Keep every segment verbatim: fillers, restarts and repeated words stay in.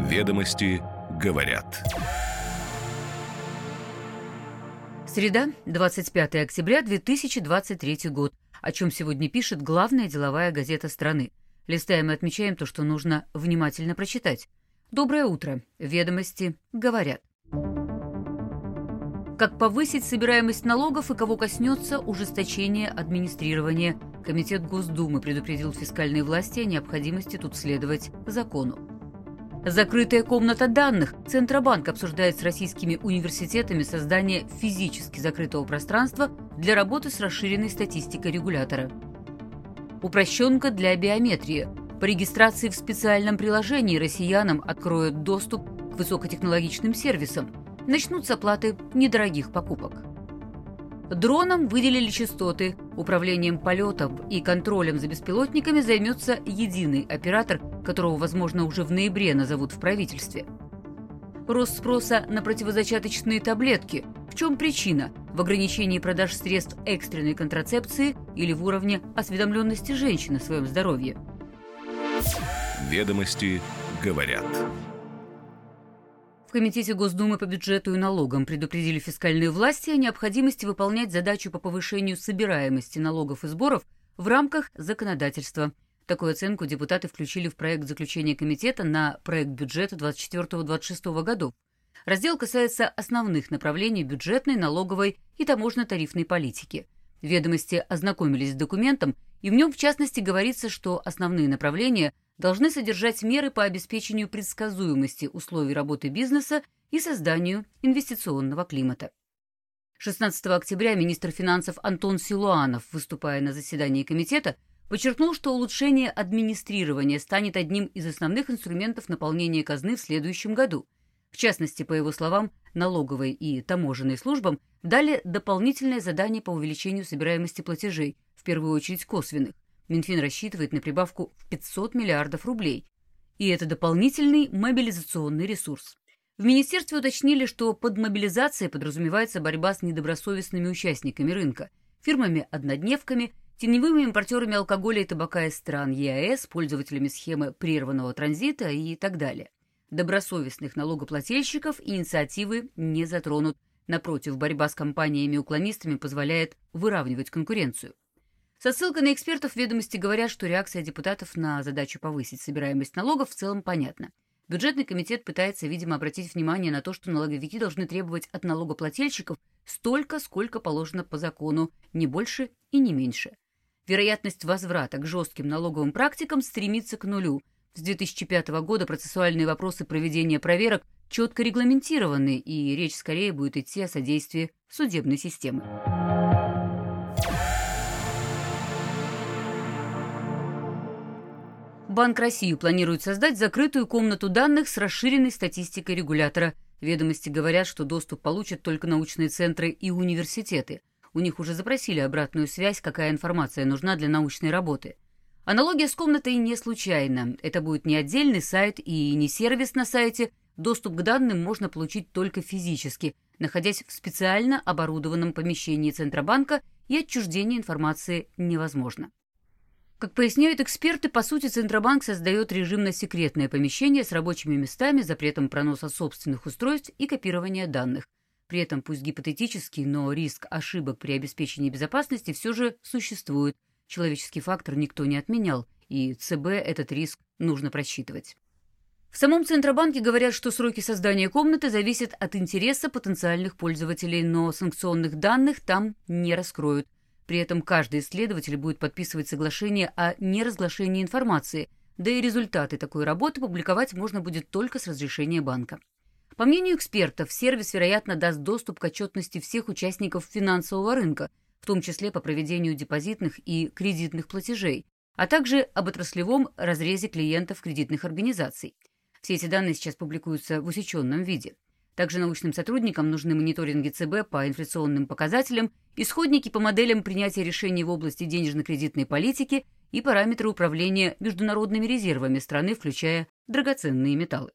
Ведомости говорят. Среда, двадцать пятое октября две тысячи двадцать третий год. О чем сегодня пишет главная деловая газета страны. Листаем и отмечаем то, что нужно внимательно прочитать. Доброе утро. Ведомости говорят. Как повысить собираемость налогов и кого коснется ужесточение администрирования. Комитет Госдумы предупредил фискальные власти о необходимости тут следовать закону. Закрытая комната данных. Центробанк обсуждает с российскими университетами создание физически закрытого пространства для работы с расширенной статистикой регулятора. Упрощенка для биометрии. По регистрации в специальном приложении россиянам откроют доступ к высокотехнологичным сервисам. Начнут с оплаты недорогих покупок. Дронам выделили частоты. Управлением полетов и контролем за беспилотниками займется единый оператор, которого, возможно, уже в ноябре назовут в правительстве. Рост спроса на противозачаточные таблетки. В чем причина? В ограничении продаж средств экстренной контрацепции или в уровне осведомленности женщин о своем здоровье? Ведомости говорят. В Комитете Госдумы по бюджету и налогам предупредили фискальные власти о необходимости выполнять задачу по повышению собираемости налогов и сборов в рамках законодательства. Такую оценку депутаты включили в проект заключения комитета на проект бюджета двадцать четвёртого — двадцать шестого годов. Раздел касается основных направлений бюджетной, налоговой и таможенно-тарифной политики. Ведомости ознакомились с документом, и в нем, в частности, говорится, что основные направления должны содержать меры по обеспечению предсказуемости условий работы бизнеса и созданию инвестиционного климата. шестнадцатого октября министр финансов Антон Силуанов, выступая на заседании комитета, подчеркнул, что улучшение администрирования станет одним из основных инструментов наполнения казны в следующем году. В частности, по его словам, налоговой и таможенной службам дали дополнительное задание по увеличению собираемости платежей, в первую очередь косвенных. Минфин рассчитывает на прибавку в пятьсот миллиардов рублей. И это дополнительный мобилизационный ресурс. В министерстве уточнили, что под мобилизацией подразумевается борьба с недобросовестными участниками рынка, фирмами-однодневками, теневыми импортерами алкоголя и табака из стран ЕАЭС, пользователями схемы прерванного транзита и так далее. Добросовестных налогоплательщиков инициативы не затронут. Напротив, борьба с компаниями-уклонистами позволяет выравнивать конкуренцию. Со ссылкой на экспертов ведомости говорят, что реакция депутатов на задачу повысить собираемость налогов в целом понятна. Бюджетный комитет пытается, видимо, обратить внимание на то, что налоговики должны требовать от налогоплательщиков столько, сколько положено по закону, не больше и не меньше. Вероятность возврата к жестким налоговым практикам стремится к нулю. С две тысячи пятого года процессуальные вопросы проведения проверок четко регламентированы, и речь скорее будет идти о содействии судебной системы. Банк России планирует создать закрытую комнату данных с расширенной статистикой регулятора. Ведомости говорят, что доступ получат только научные центры и университеты. У них уже запросили обратную связь, какая информация нужна для научной работы. Аналогия с комнатой не случайна. Это будет не отдельный сайт и не сервис на сайте. Доступ к данным можно получить только физически, находясь в специально оборудованном помещении Центробанка, и отчуждение информации невозможно. Как поясняют эксперты, по сути, Центробанк создает режим на секретное помещение с рабочими местами, запретом проноса собственных устройств и копирования данных. При этом, пусть гипотетический, но риск ошибок при обеспечении безопасности все же существует. Человеческий фактор никто не отменял, и ЦБ этот риск нужно просчитывать. В самом Центробанке говорят, что сроки создания комнаты зависят от интереса потенциальных пользователей, но санкционных данных там не раскроют. При этом каждый исследователь будет подписывать соглашение о неразглашении информации, да и результаты такой работы публиковать можно будет только с разрешения банка. По мнению экспертов, сервис, вероятно, даст доступ к отчетности всех участников финансового рынка, в том числе по проведению депозитных и кредитных платежей, а также об отраслевом разрезе клиентов кредитных организаций. Все эти данные сейчас публикуются в усеченном виде. Также научным сотрудникам нужны мониторинги ЦБ по инфляционным показателям, исходники по моделям принятия решений в области денежно-кредитной политики и параметры управления международными резервами страны, включая драгоценные металлы.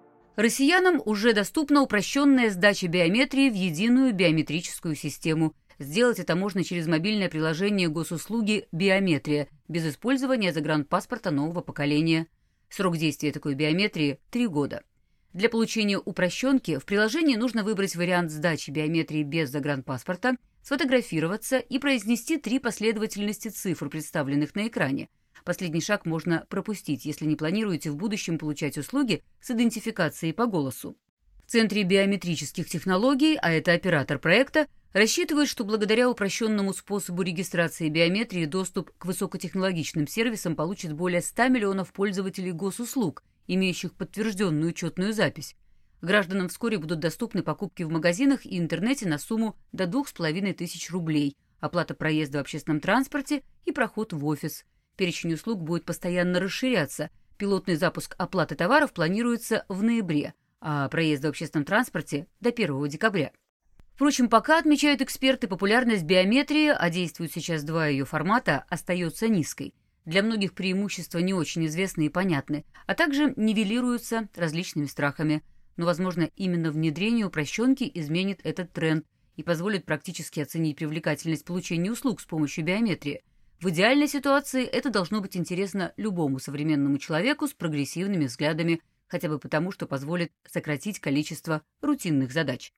Россиянам уже доступна упрощенная сдача биометрии в единую биометрическую систему. Сделать это можно через мобильное приложение госуслуги «Биометрия» без использования загранпаспорта нового поколения. Срок действия такой биометрии – три года. Для получения упрощенки в приложении нужно выбрать вариант сдачи биометрии без загранпаспорта, сфотографироваться и произнести три последовательности цифр, представленных на экране. Последний шаг можно пропустить, если не планируете в будущем получать услуги с идентификацией по голосу. В Центре биометрических технологий, а это оператор проекта, рассчитывают, что благодаря упрощенному способу регистрации биометрии доступ к высокотехнологичным сервисам получит более ста миллионов пользователей госуслуг, имеющих подтвержденную учетную запись. Гражданам вскоре будут доступны покупки в магазинах и интернете на сумму до двух с половиной тысяч рублей, оплата проезда в общественном транспорте и проход в офис. Перечень услуг будет постоянно расширяться. Пилотный запуск оплаты товаров планируется в ноябре, а проезд в общественном транспорте – до первого декабря. Впрочем, пока, отмечают эксперты, популярность биометрии, а действуют сейчас два ее формата, остается низкой. Для многих преимущества не очень известны и понятны, а также нивелируются различными страхами. Но, возможно, именно внедрение упрощенки изменит этот тренд и позволит практически оценить привлекательность получения услуг с помощью биометрии. В идеальной ситуации это должно быть интересно любому современному человеку с прогрессивными взглядами, хотя бы потому, что позволит сократить количество рутинных задач.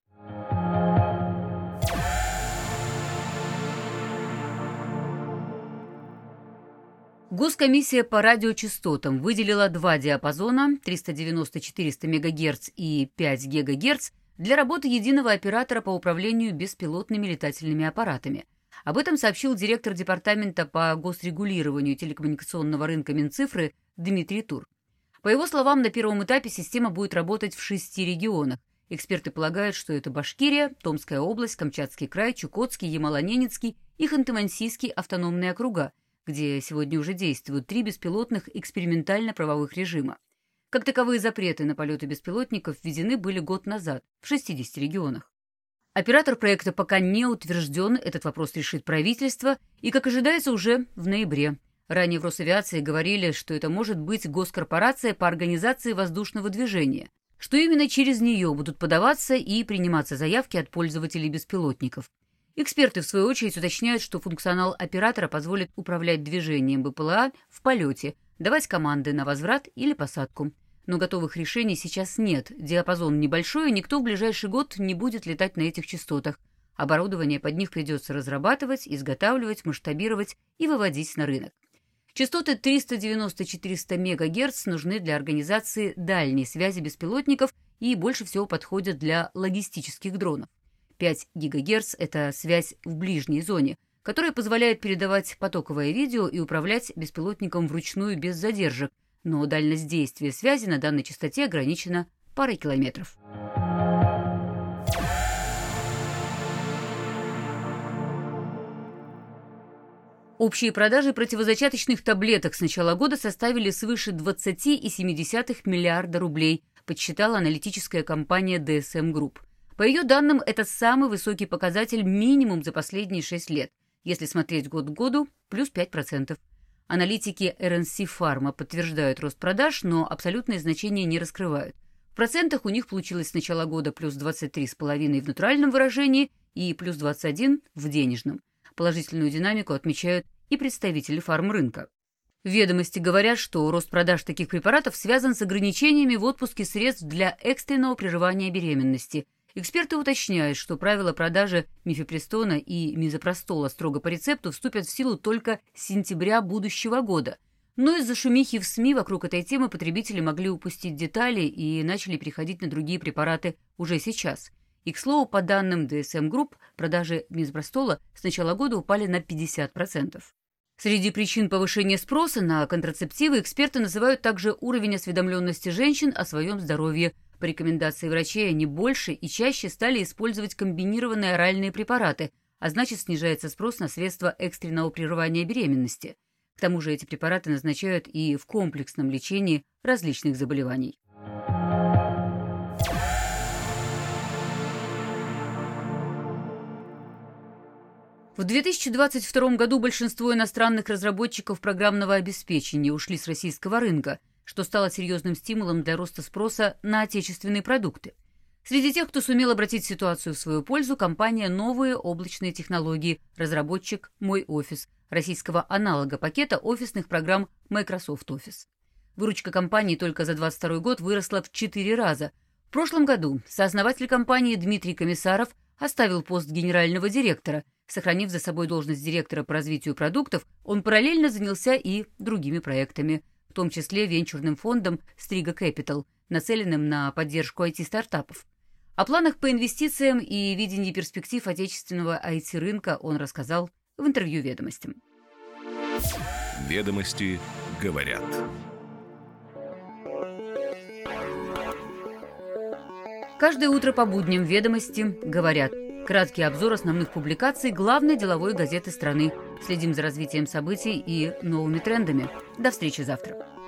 Госкомиссия по радиочастотам выделила два диапазона триста девяносто - четыреста мегагерц и пять гигагерц для работы единого оператора по управлению беспилотными летательными аппаратами. Об этом сообщил директор Департамента по госрегулированию телекоммуникационного рынка Минцифры Дмитрий Тур. По его словам, на первом этапе система будет работать в шести регионах. Эксперты полагают, что это Башкирия, Томская область, Камчатский край, Чукотский, Ямало-Ненецкий и Ханты-Мансийский автономные округа, где сегодня уже действуют три беспилотных экспериментально-правовых режима. Как таковые запреты на полеты беспилотников введены были год назад в шестидесяти регионах. Оператор проекта пока не утвержден, этот вопрос решит правительство, и, как ожидается, уже в ноябре. Ранее в Росавиации говорили, что это может быть госкорпорация по организации воздушного движения, что именно через нее будут подаваться и приниматься заявки от пользователей беспилотников. Эксперты, в свою очередь, уточняют, что функционал оператора позволит управлять движением БПЛА в полете, давать команды на возврат или посадку. Но готовых решений сейчас нет, диапазон небольшой, и никто в ближайший год не будет летать на этих частотах. Оборудование под них придется разрабатывать, изготавливать, масштабировать и выводить на рынок. Частоты триста девяносто - четыреста мегагерц нужны для организации дальней связи беспилотников и больше всего подходят для логистических дронов. пять гигагерц – это связь в ближней зоне, которая позволяет передавать потоковое видео и управлять беспилотником вручную без задержек, но дальность действия связи на данной частоте ограничена парой километров. Общие продажи противозачаточных таблеток с начала года составили свыше двадцать целых семь десятых миллиарда рублей, подсчитала аналитическая компания ди эс эм Group. По ее данным, это самый высокий показатель минимум за последние шесть лет. Если смотреть год к году, плюс пять процентов. Аналитики эр эн си Pharma подтверждают рост продаж, но абсолютные значения не раскрывают. В процентах у них получилось с начала года плюс двадцать три целых пять десятых в натуральном выражении и плюс двадцать один в денежном. Положительную динамику отмечают и представители фармрынка. Ведомости говорят, что рост продаж таких препаратов связан с ограничениями в отпуске средств для экстренного прерывания беременности. Эксперты уточняют, что правила продажи мифепристона и мизопростола строго по рецепту вступят в силу только с сентября будущего года. Но из-за шумихи в СМИ вокруг этой темы потребители могли упустить детали и начали переходить на другие препараты уже сейчас. И, к слову, по данным ди эс эм Group, продажи мизопростола с начала года упали на пятьдесят процентов. Среди причин повышения спроса на контрацептивы эксперты называют также уровень осведомленности женщин о своем здоровье. По рекомендации врачей они больше и чаще стали использовать комбинированные оральные препараты, а значит снижается спрос на средства экстренного прерывания беременности. К тому же эти препараты назначают и в комплексном лечении различных заболеваний. В две тысячи двадцать втором году большинство иностранных разработчиков программного обеспечения ушли с российского рынка, что стало серьезным стимулом для роста спроса на отечественные продукты. Среди тех, кто сумел обратить ситуацию в свою пользу, компания «Новые облачные технологии», разработчик «Мой офис», российского аналога пакета офисных программ Microsoft Office. Выручка компании только за двадцать второй год выросла в четыре раза. В прошлом году сооснователь компании Дмитрий Комиссаров оставил пост генерального директора. Сохранив за собой должность директора по развитию продуктов, он параллельно занялся и другими проектами, в том числе венчурным фондом Striga Capital, нацеленным на поддержку ай ти-стартапов. О планах по инвестициям и видении перспектив отечественного ай ти-рынка он рассказал в интервью «Ведомостям». Ведомости говорят. Каждое утро по будням «Ведомости говорят». Краткий обзор основных публикаций главной деловой газеты страны. Следим за развитием событий и новыми трендами. До встречи завтра.